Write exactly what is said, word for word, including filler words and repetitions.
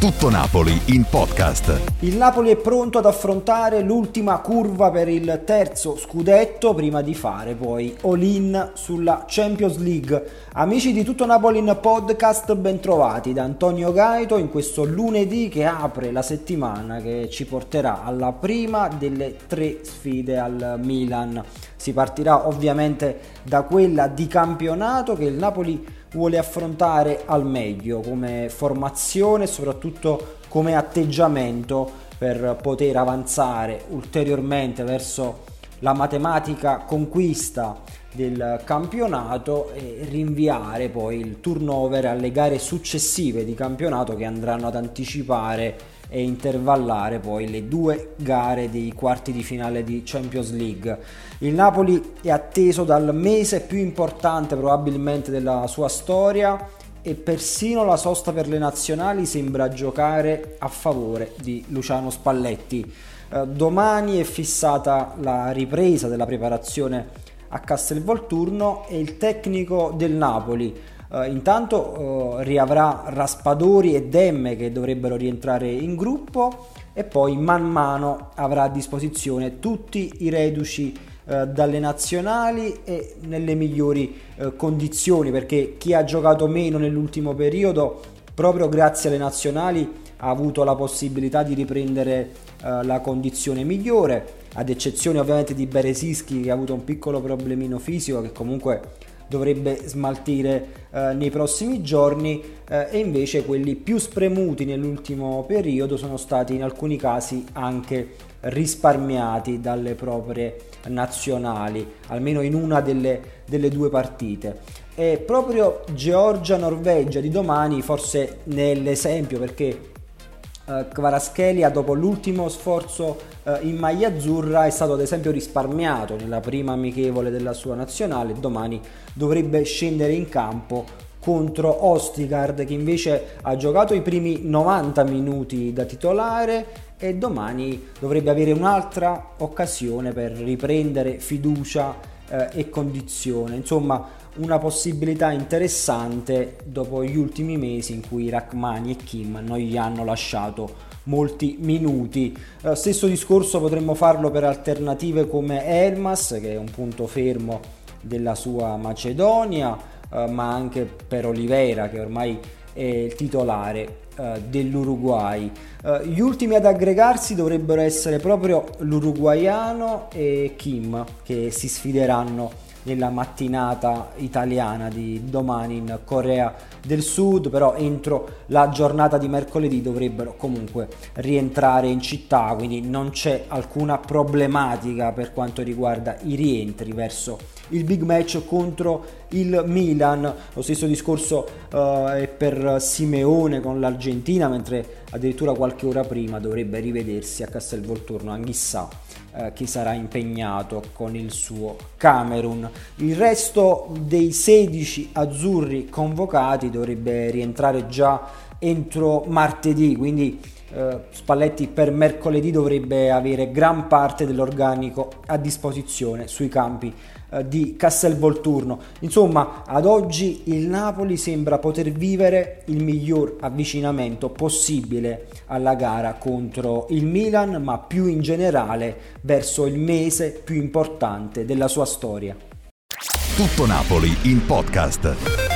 Tutto Napoli in podcast. Il Napoli è pronto ad affrontare l'ultima curva per il terzo scudetto prima di fare poi all-in sulla Champions League. Amici di Tutto Napoli in podcast, bentrovati da Antonio Gaito in questo lunedì che apre la settimana che ci porterà alla prima delle tre sfide al Milan. Si partirà ovviamente da quella di campionato che il Napoli vuole affrontare al meglio come formazione e soprattutto come atteggiamento per poter avanzare ulteriormente verso la matematica conquista del campionato e rinviare poi il turnover alle gare successive di campionato che andranno ad anticipare e intervallare poi le due gare dei quarti di finale di Champions League. Il Napoli è atteso dal mese più importante probabilmente della sua storia e persino la sosta per le nazionali sembra giocare a favore di Luciano Spalletti. Eh, domani è fissata la ripresa della preparazione a Castelvolturno e il tecnico del Napoli Uh, intanto uh, riavrà Raspadori e Demme che dovrebbero rientrare in gruppo e poi man mano avrà a disposizione tutti i reduci uh, dalle nazionali e nelle migliori uh, condizioni, perché chi ha giocato meno nell'ultimo periodo proprio grazie alle nazionali ha avuto la possibilità di riprendere uh, la condizione migliore, ad eccezione ovviamente di Beresischi che ha avuto un piccolo problemino fisico che comunque dovrebbe smaltire eh, nei prossimi giorni eh, e invece quelli più spremuti nell'ultimo periodo sono stati in alcuni casi anche risparmiati dalle proprie nazionali, almeno in una delle, delle due partite. E proprio Georgia-Norvegia di domani forse ne è l'esempio, perché Uh, Kvaratskhelia dopo l'ultimo sforzo uh, in maglia azzurra è stato ad esempio risparmiato nella prima amichevole della sua nazionale. Domani dovrebbe scendere in campo contro Ostigard, che invece ha giocato i primi novanta minuti da titolare e domani dovrebbe avere un'altra occasione per riprendere fiducia uh, e condizione. Insomma, una possibilità interessante dopo gli ultimi mesi in cui Rachmani e Kim non gli hanno lasciato molti minuti. Eh, stesso discorso potremmo farlo per alternative come Elmas, che è un punto fermo della sua Macedonia, eh, ma anche per Oliveira, che ormai è il titolare eh, dell'Uruguay. Eh, gli ultimi ad aggregarsi dovrebbero essere proprio l'uruguaiano e Kim, che si sfideranno nella mattinata italiana di domani in Corea del Sud, però entro la giornata di mercoledì dovrebbero comunque rientrare in città, quindi non c'è alcuna problematica per quanto riguarda i rientri verso il big match contro il Milan. Lo stesso discorso uh, è per Simeone con l'Argentina, mentre addirittura qualche ora prima dovrebbe rivedersi a Castelvolturno, anch'issa che sarà impegnato con il suo Camerun. Il resto dei sedici azzurri convocati dovrebbe rientrare già entro martedì, quindi eh, Spalletti per mercoledì dovrebbe avere gran parte dell'organico a disposizione sui campi eh, di Castelvolturno. Insomma, ad oggi il Napoli sembra poter vivere il miglior avvicinamento possibile alla gara contro il Milan, ma più in generale verso il mese più importante della sua storia. Tutto Napoli in podcast.